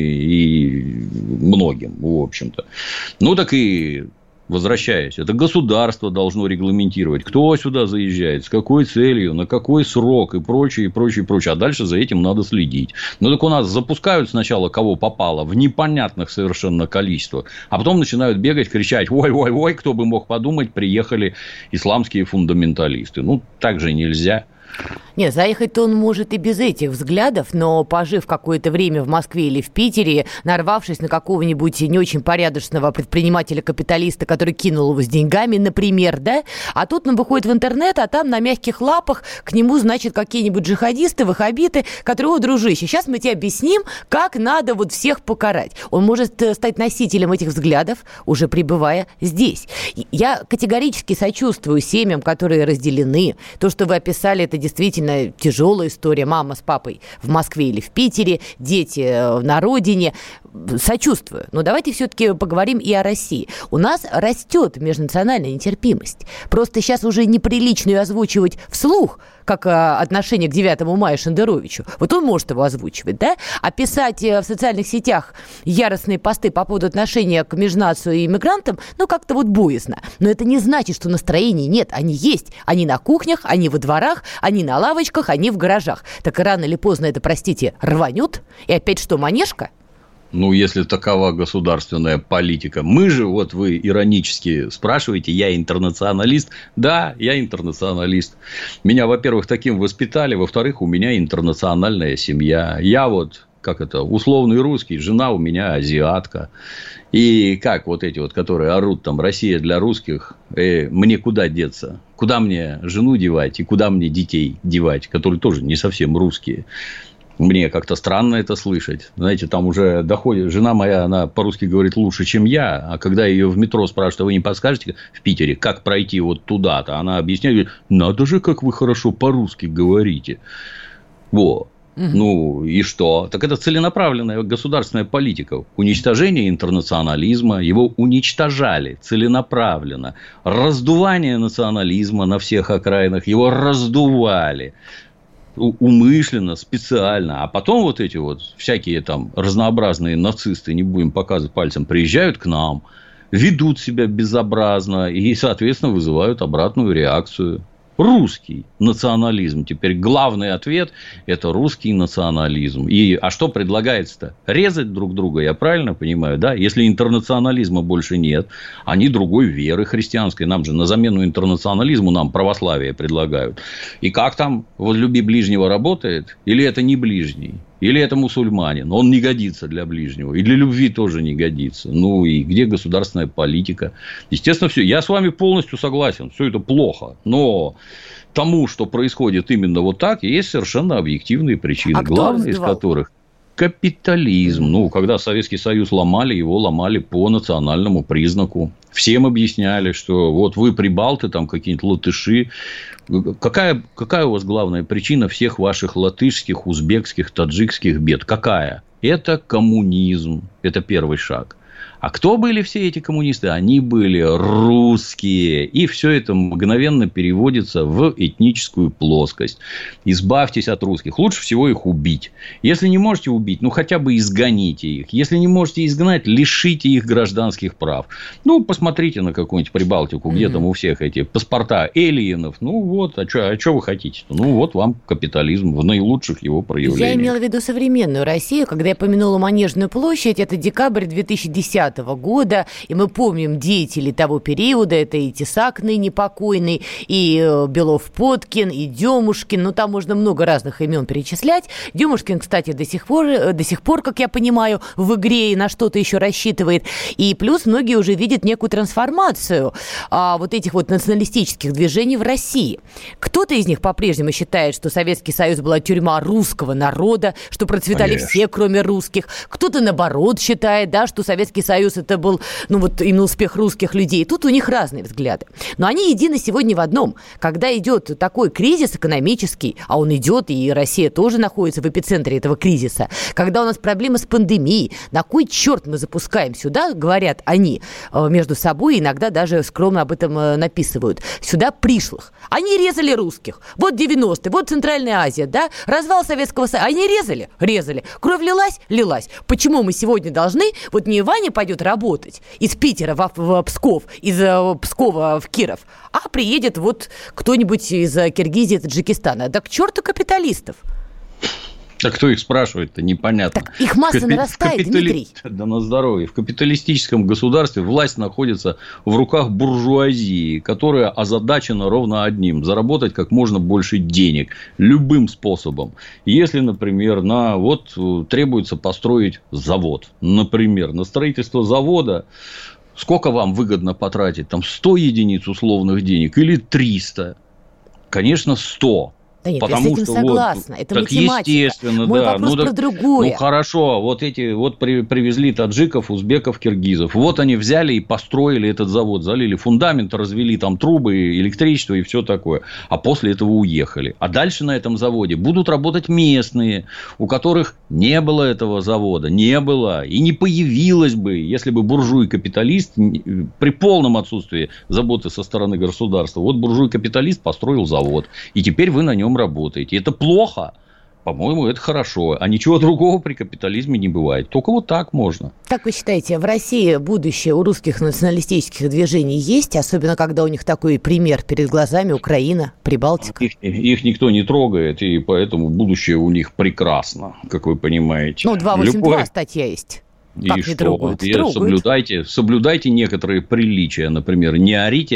Speaker 3: и многим, в общем-то. Ну, так и... Возвращаясь, это государство должно регламентировать, кто сюда заезжает, с какой целью, на какой срок и прочее, и прочее, и прочее. А дальше за этим надо следить. Ну, так у нас запускают сначала кого попало в непонятных совершенно количествах, а потом начинают бегать, кричать: ой-ой-ой, кто бы мог подумать, приехали исламские фундаменталисты. Ну, так же нельзя.
Speaker 2: Нет, заехать-то он может и без этих взглядов, но пожив какое-то время в Москве или в Питере, нарвавшись на какого-нибудь не очень порядочного предпринимателя-капиталиста, который кинул его с деньгами, например, да, а тут он выходит в интернет, а там на мягких лапах к нему, значит, какие-нибудь джихадисты, ваххабиты, которые: о, дружище, сейчас мы тебе объясним, как надо вот всех покарать. Он может стать носителем этих взглядов, уже пребывая здесь. Я категорически сочувствую семьям, которые разделены. То, что вы описали, это действительно тяжелая история. Мама с папой в Москве или в Питере, дети на родине. Сочувствую. Но давайте все-таки поговорим и о России. У нас растет межнациональная нетерпимость. Просто сейчас уже неприлично ее озвучивать вслух, как отношение к девятому мая Шендеровичу. Вот он может его озвучивать, да? А писать в социальных сетях яростные посты по поводу отношения к межнацию и иммигрантам, ну, как-то вот боязно. Но это не значит, что настроений нет. Они есть. Они на кухнях, они во дворах, они на лавочках, они в гаражах. Так и рано или поздно это, простите, рванет. И опять что, манежка?
Speaker 3: Ну, если такова государственная политика. Мы же, вот вы иронически спрашиваете, я интернационалист. Да, я интернационалист. Меня, во-первых, таким воспитали. Во-вторых, у меня интернациональная семья. Я вот как это, условный русский, жена у меня азиатка. И как вот эти вот, которые орут там, Россия для русских, э, мне куда деться? Куда мне жену девать и куда мне детей девать, которые тоже не совсем русские? Мне как-то странно это слышать. Знаете, там уже доходит... Жена моя, она по-русски говорит лучше, чем я. А когда ее в метро спрашивают, а вы не подскажете в Питере, как пройти вот туда-то? Она объясняет, говорит, надо же, как вы хорошо по-русски говорите. Во. Угу. Ну, и что? Так это целенаправленная государственная политика. Уничтожение интернационализма. Его уничтожали целенаправленно. Раздувание национализма на всех окраинах. Его раздували. Умышленно, специально. А потом вот эти вот всякие там разнообразные нацисты, не будем показывать пальцем, приезжают к нам, ведут себя безобразно и, соответственно, вызывают обратную реакцию. Русский национализм. Теперь главный ответ – это русский национализм. И, а что предлагается-то? Резать друг друга, я правильно понимаю, да? Если интернационализма больше нет, они другой веры христианской. Нам же на замену интернационализму нам православие предлагают. И как там «возлюби ближнего» работает? Или это не ближний? Или это мусульманин? Он не годится для ближнего. И для любви тоже не годится. Ну, и где государственная политика? Естественно, все. Я с вами полностью согласен. Все это плохо. Но тому, что происходит именно вот так, есть совершенно объективные причины. А главная из которых – капитализм. Ну, когда Советский Союз ломали, его ломали по национальному признаку. Всем объясняли, что вот вы прибалты, там какие-нибудь латыши. Какая, какая у вас главная причина всех ваших латышских, узбекских, таджикских бед? Какая? Это коммунизм. Это первый шаг. А кто были все эти коммунисты? Они были русские. И все это мгновенно переводится в этническую плоскость. Избавьтесь от русских. Лучше всего их убить. Если не можете убить, ну хотя бы изгоните их. Если не можете изгнать, лишите их гражданских прав. Ну, посмотрите на какую-нибудь Прибалтику, где mm-hmm. там у всех эти паспорта эллиенов. Ну, вот, а что а что вы хотите? Ну, вот вам капитализм в наилучших его проявлениях.
Speaker 2: Я имела в виду современную Россию. Когда я помянула Манежную площадь, это декабрь две тысячи десятого года, и мы помним деятелей того периода, это и Тесак ныне покойный, и Белов-Подкин, и Демушкин, ну, там можно много разных имен перечислять. Демушкин, кстати, до сих пор, до сих пор, как я понимаю, в игре и на что-то еще рассчитывает, и плюс многие уже видят некую трансформацию а, вот этих вот националистических движений в России. Кто-то из них по-прежнему считает, что Советский Союз была тюрьма русского народа, что процветали Конечно. Все, кроме русских. Кто-то, наоборот, считает, да, что Советский Союз это был, ну, вот именно успех русских людей. Тут у них разные взгляды. Но они едины сегодня в одном. Когда идет такой кризис экономический, а он идет, и Россия тоже находится в эпицентре этого кризиса, когда у нас проблемы с пандемией, на кой черт мы запускаем сюда, говорят они между собой, иногда даже скромно об этом написывают, сюда пришлых. Они резали русских. Вот девяностые, вот Центральная Азия, да, развал Советского Союза. Они резали? Резали. Кровь лилась? Лилась. Почему мы сегодня должны, вот не Ваня пойдет работать из Питера в, в Псков, из Пскова в Киров, а приедет вот кто-нибудь из Киргизии, Таджикистана. Да к черту капиталистов.
Speaker 3: А кто их спрашивает-то, непонятно.
Speaker 2: Так их масса Капи... нарастает, капитали... Дмитрий.
Speaker 3: Да на здоровье. В капиталистическом государстве власть находится в руках буржуазии, которая озадачена ровно одним – заработать как можно больше денег любым способом. Если, например, на вот требуется построить завод, например, на строительство завода, сколько вам выгодно потратить? Там сто единиц условных денег или триста? Конечно, сто.
Speaker 2: Да нет,
Speaker 3: потому
Speaker 2: я с этим
Speaker 3: что
Speaker 2: согласна.
Speaker 3: Вот,
Speaker 2: это
Speaker 3: так
Speaker 2: математика.
Speaker 3: Естественно,
Speaker 2: Мой
Speaker 3: да.
Speaker 2: вопрос
Speaker 3: ну,
Speaker 2: про
Speaker 3: так,
Speaker 2: другое.
Speaker 3: Ну, хорошо. Вот эти вот при, привезли таджиков, узбеков, киргизов. Вот они взяли и построили этот завод. Залили фундамент, развели там трубы, электричество и все такое. А после этого уехали. А дальше на этом заводе будут работать местные, у которых не было этого завода. Не было. И не появилось бы, если бы буржуй-капиталист при полном отсутствии заботы со стороны государства. Вот буржуй-капиталист построил завод. И теперь вы на нем работаете. Это плохо? По-моему, это хорошо. А ничего другого при капитализме не бывает. Только вот так можно.
Speaker 2: Как вы считаете, в России будущее у русских националистических движений есть? Особенно, когда у них такой пример перед глазами: Украина, Прибалтика.
Speaker 3: Их, их никто не трогает, и поэтому будущее у них прекрасно, как вы понимаете.
Speaker 2: Ну, двадцать восемьдесят два Любой... статья есть. Как
Speaker 3: и что? Соблюдайте, соблюдайте некоторые приличия. Например, не орите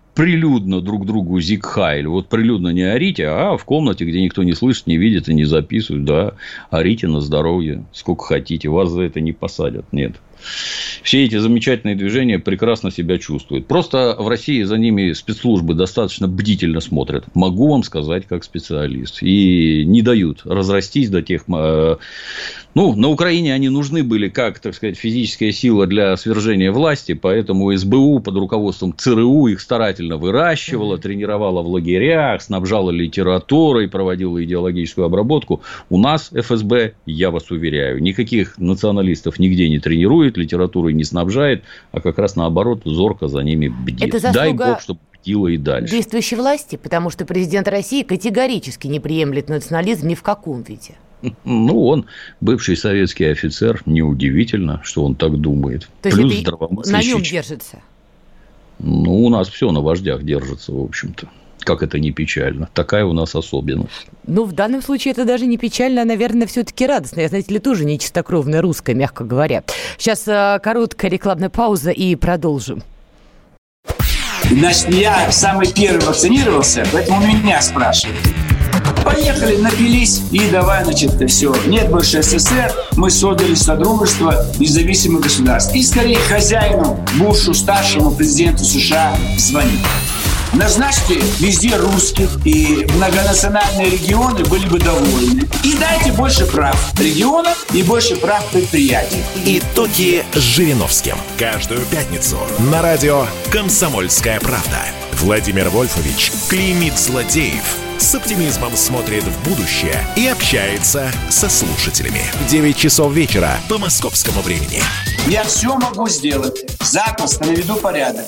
Speaker 3: прилюдно друг другу зигхайль. Вот прилюдно не орите, а в комнате, где никто не слышит, не видит и не записывает, да, орите на здоровье, сколько хотите, вас за это не посадят. Нет. Все эти замечательные движения прекрасно себя чувствуют. Просто в России за ними спецслужбы достаточно бдительно смотрят. Могу вам сказать, как специалист. И не дают разрастись до тех... Ну, на Украине они нужны были как, так сказать, физическая сила для свержения власти. Поэтому СБУ под руководством ЦРУ их старательно выращивала, тренировала в лагерях, снабжала литературой, проводила идеологическую обработку. У нас эф эс бэ, я вас уверяю, никаких националистов нигде не тренирует, литературой не снабжает, а как раз наоборот зорко за ними бдит.
Speaker 2: Это заслуга...
Speaker 3: Дай бог, чтобы бдила и дальше.
Speaker 2: Действующей власти, потому что президент России категорически не приемлет национализм ни в каком виде.
Speaker 3: Ну, он бывший советский офицер, неудивительно, что он так думает.
Speaker 2: То
Speaker 3: Плюс
Speaker 2: есть это на нем держится?
Speaker 3: Ну, у нас все на вождях держится, в общем-то. Как это не печально. Такая у нас особенность.
Speaker 2: Ну, в данном случае это даже не печально, а, наверное, все-таки радостно. Я, знаете ли, тоже не чистокровная русская, мягко говоря. Сейчас а, короткая рекламная пауза и продолжим.
Speaker 5: Значит, я самый первый вакцинировался, поэтому меня спрашивают. Поехали, напились и давай, значит, все. Нет больше эс эс эс эр, мы создали Содружество независимых государств. И скорее хозяину, Бушу, старшему президенту США звонить. Назначьте везде русских, и многонациональные регионы были бы довольны. И дайте больше прав регионам и больше прав предприятий.
Speaker 1: Итоги с Жириновским. Каждую пятницу на радио «Комсомольская правда». Владимир Вольфович клеймит злодеев, с оптимизмом смотрит в будущее и общается со слушателями. девять часов вечера по московскому времени.
Speaker 5: Я все могу сделать. Запросто наведу порядок.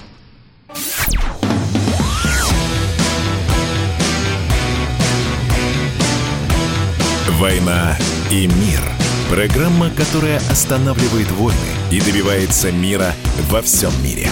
Speaker 1: «Война и мир». Программа, которая останавливает войны и добивается мира во всем мире.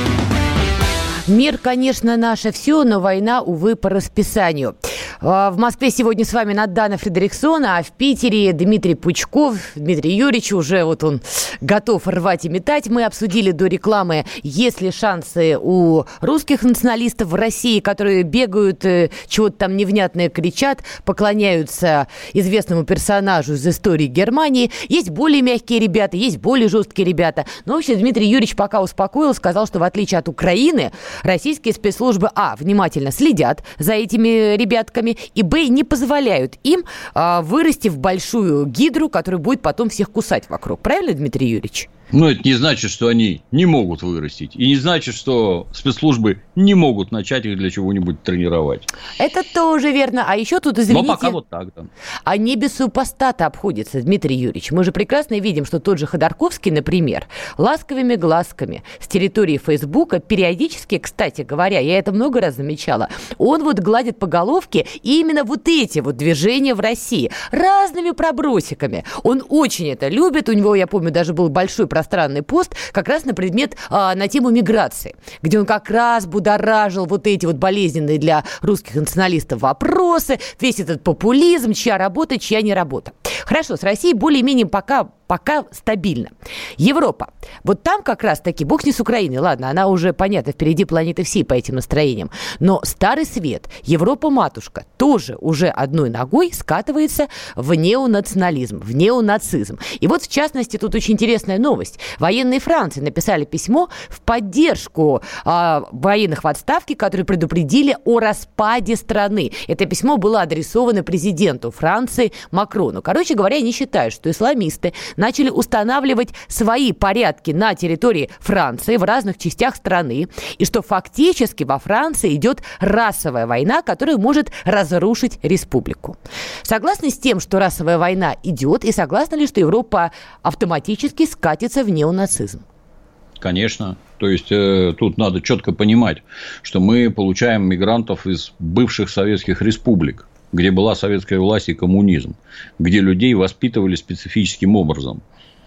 Speaker 2: Мир, конечно, наше все, но война, увы, по расписанию. В Москве сегодня с вами Надана Фредериксон, а в Питере Дмитрий Пучков. Дмитрий Юрьевич уже вот он готов рвать и метать. Мы обсудили до рекламы, есть ли шансы у русских националистов в России, которые бегают, чего-то там невнятное кричат, поклоняются известному персонажу из истории Германии. Есть более мягкие ребята, есть более жесткие ребята. Но вообще Дмитрий Юрьевич пока успокоил, сказал, что в отличие от Украины, российские спецслужбы, а, внимательно следят за этими ребятками, и, б, не позволяют им а, вырасти в большую гидру, которая будет потом всех кусать вокруг. Правильно, Дмитрий Юрьевич?
Speaker 3: Но это не значит, что они не могут вырастить. И не значит, что спецслужбы не могут начать их для чего-нибудь тренировать.
Speaker 2: Это тоже верно. А еще тут, извините...
Speaker 3: Но пока вот так, да.
Speaker 2: А не без супостата обходится, Дмитрий Юрьевич. Мы же прекрасно видим, что тот же Ходорковский, например, ласковыми глазками с территории Фейсбука периодически, кстати говоря, я это много раз замечала, он вот гладит по головке именно вот эти вот движения в России разными пробросиками. Он очень это любит. У него, я помню, даже был большой пространный пост как раз на предмет, а, на тему миграции, где он как раз будоражил вот эти вот болезненные для русских националистов вопросы, весь этот популизм, чья работа, чья не работа. Хорошо, с Россией более-менее пока, пока стабильно. Европа. Вот там как раз-таки, бог не с Украиной, ладно, она уже, понятно, впереди планеты всей по этим настроениям, но Старый Свет, Европа-матушка, тоже уже одной ногой скатывается в неонационализм, в неонацизм. И вот, в частности, тут очень интересная новость. Военные Франции написали письмо в поддержку э, военных в отставке, которые предупредили о распаде страны. Это письмо было адресовано президенту Франции Макрону. Короче говоря, они считают, что исламисты начали устанавливать свои порядки на территории Франции в разных частях страны, и что фактически во Франции идет расовая война, которая может разрушить республику. Согласны с тем, что расовая война идет, и согласны ли, что Европа автоматически скатится в неонацизм?
Speaker 3: Конечно. То есть, э, тут надо четко понимать, что мы получаем мигрантов из бывших советских республик, где была советская власть и коммунизм, где людей воспитывали специфическим образом.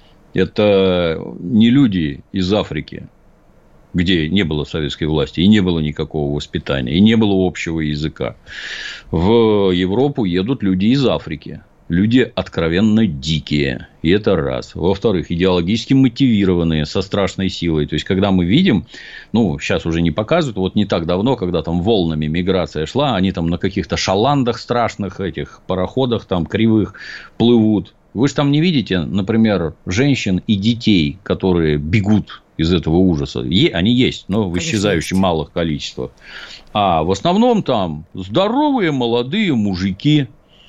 Speaker 3: Это не люди из Африки, где не было советской власти, и не было никакого воспитания, и не было общего языка. В Европу едут люди из Африки, люди откровенно дикие. И это раз. Во-вторых, идеологически мотивированные, со страшной силой. То есть, когда мы видим, ну, сейчас уже не показывают, вот не так давно, когда там волнами миграция шла, они там на каких-то шаландах страшных, этих пароходах там кривых плывут. Вы же там не видите, например, женщин и детей, которые бегут из этого ужаса. Е- они есть, но в исчезающем малых количествах. А в основном там здоровые молодые мужики,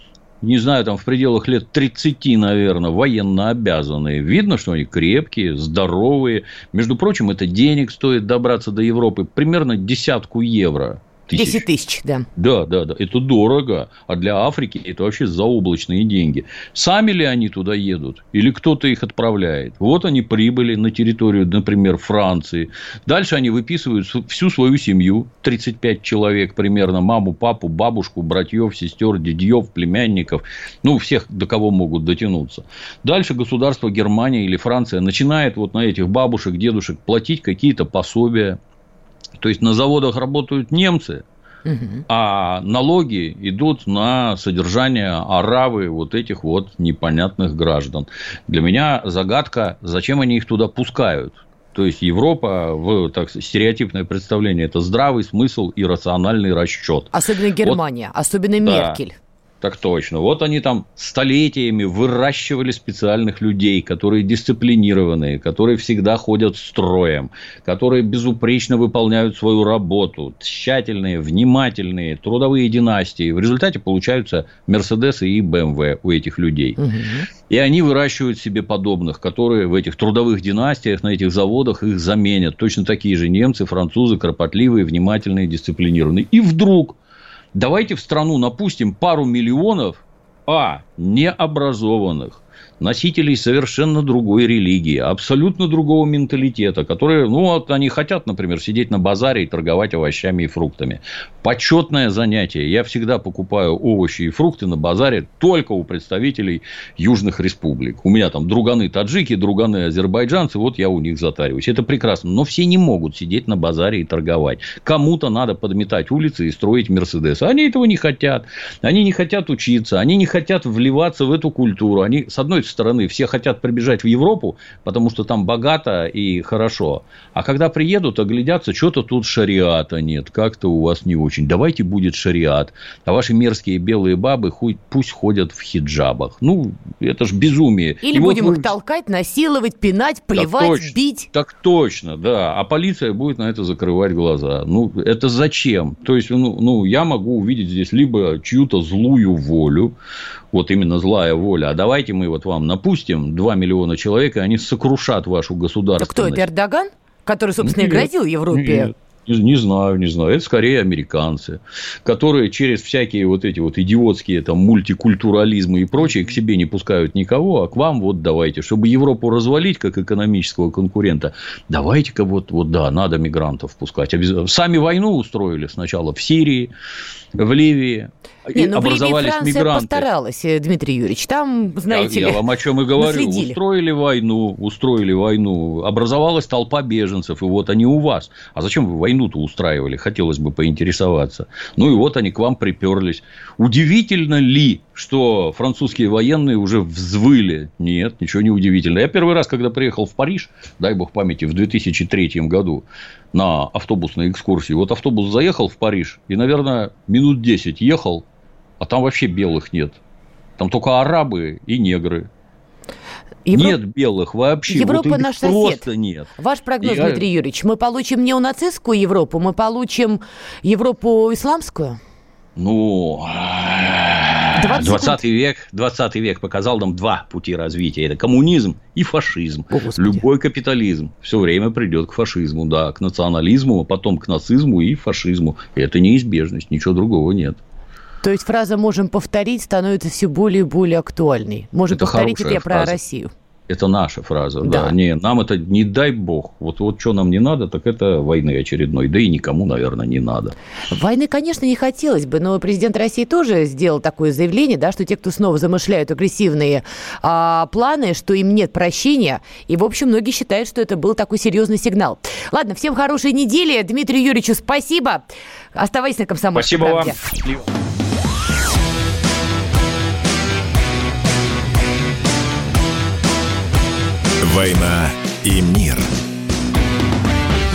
Speaker 3: не знаю, там в пределах лет тридцати, наверное, военно обязанные. Видно, что они крепкие, здоровые. Между прочим, это денег стоит добраться до Европы. Примерно десятку евро. Тысяч.
Speaker 2: десять тысяч, да.
Speaker 3: Да, да, да. Это дорого. А для Африки это вообще заоблачные деньги. Сами ли они туда едут? Или кто-то их отправляет? Вот они прибыли на территорию, например, Франции. Дальше они выписывают всю свою семью. тридцать пять человек примерно. Маму, папу, бабушку, братьев, сестер, дядьев, племянников. Ну, всех, до кого могут дотянуться. Дальше государство Германия или Франция начинает вот на этих бабушек, дедушек платить какие-то пособия. То есть, на заводах работают немцы, угу. а налоги идут на содержание оравы вот этих вот непонятных граждан. Для меня загадка, зачем они их туда пускают. То есть, Европа, в так, стереотипное представление, это здравый смысл и рациональный расчет.
Speaker 2: Особенно Германия, вот, особенно Меркель.
Speaker 3: Да. Так точно. Вот они там столетиями выращивали специальных людей, которые дисциплинированные, которые всегда ходят строем, которые безупречно выполняют свою работу, тщательные, внимательные, трудовые династии. В результате получаются Мерседесы и бэ эм вэ у этих людей. Угу. И они выращивают себе подобных, которые в этих трудовых династиях, на этих заводах их заменят. Точно такие же немцы, французы, кропотливые, внимательные, дисциплинированные. И вдруг... Давайте в страну напустим пару миллионов, а, необразованных, носителей совершенно другой религии, абсолютно другого менталитета, которые, ну, вот они хотят, например, сидеть на базаре и торговать овощами и фруктами. Почетное занятие. Я всегда покупаю овощи и фрукты на базаре только у представителей южных республик. У меня там друганы таджики, друганы азербайджанцы, вот я у них затариваюсь. Это прекрасно. Но все не могут сидеть на базаре и торговать. Кому-то надо подметать улицы и строить Мерседес. Они этого не хотят. Они не хотят учиться. Они не хотят вливаться в эту культуру. Они, с одной стороны, все хотят прибежать в Европу, потому что там богато и хорошо. А когда приедут, оглядятся, что-то тут шариата нет, как-то у вас не очень. Давайте будет шариат. А ваши мерзкие белые бабы хоть, пусть ходят в хиджабах. Ну, это ж безумие.
Speaker 2: Или и будем вот, их толкать, насиловать, пинать, плевать,
Speaker 3: так точно,
Speaker 2: бить.
Speaker 3: Так точно, да. А полиция будет на это закрывать глаза. Ну, это зачем? То есть, ну, ну я могу увидеть здесь либо чью-то злую волю, вот именно злая воля. А давайте мы вот вам напустим два миллиона человек, и они сокрушат вашу государственность.
Speaker 2: Так кто это, Эрдоган? Который, собственно, нет, и грозил Европе.
Speaker 3: Нет. Не, не знаю, не знаю. Это скорее американцы, которые через всякие вот эти вот идиотские там мультикультурализмы и прочее к себе не пускают никого, а к вам вот давайте, чтобы Европу развалить как экономического конкурента, давайте-ка вот, вот да, надо мигрантов пускать. Сами войну устроили сначала в Сирии, в Ливии.
Speaker 2: Не, ну
Speaker 3: образовались
Speaker 2: в Ливии Франция
Speaker 3: мигранты.
Speaker 2: постаралась, Дмитрий Юрьевич. Там, знаете
Speaker 3: я,
Speaker 2: ли,
Speaker 3: я вам о чем и говорю.
Speaker 2: наследили. Устроили
Speaker 3: войну, устроили войну. Образовалась толпа беженцев, и вот они у вас. А зачем вы войну-то устраивали? Хотелось бы поинтересоваться. Ну, и вот они к вам приперлись. Удивительно ли, что французские военные уже взвыли? Нет, ничего не удивительно. Я первый раз, когда приехал в Париж, дай бог памяти, в две тысячи третьем году на автобусной экскурсии. Вот автобус заехал в Париж и, наверное, минут десять ехал, а там вообще белых нет. Там только арабы и негры. Евро... Нет белых вообще.
Speaker 2: Европа
Speaker 3: вот
Speaker 2: наш
Speaker 3: просто
Speaker 2: сосед.
Speaker 3: Нет.
Speaker 2: Ваш прогноз,
Speaker 3: Я...
Speaker 2: Дмитрий Юрьевич, мы получим неонацистскую Европу, мы получим Европу исламскую?
Speaker 3: Ну, двадцатый век, двадцатый век показал нам два пути развития. Это коммунизм и фашизм.
Speaker 2: О,
Speaker 3: любой капитализм все время придет к фашизму, да, к национализму, а потом к нацизму и фашизму. И это неизбежность, ничего другого нет.
Speaker 2: То есть фраза «можем повторить» становится все более и более актуальной. Можем это повторить, это я фраза. Про Россию.
Speaker 3: Это наша фраза, да.
Speaker 2: да.
Speaker 3: Не, нам это не дай бог. Вот, вот что нам не надо, так это войны очередной. Да и никому, наверное, не надо.
Speaker 2: Войны, конечно, не хотелось бы, но президент России тоже сделал такое заявление, да, что те, кто снова замышляют агрессивные а, планы, что им нет прощения. И, в общем, многие считают, что это был такой серьезный сигнал. Ладно, всем хорошей недели. Дмитрию Юрьевичу спасибо. Оставайтесь на «Комсомольской правде».
Speaker 3: Спасибо вам.
Speaker 1: «Война и мир».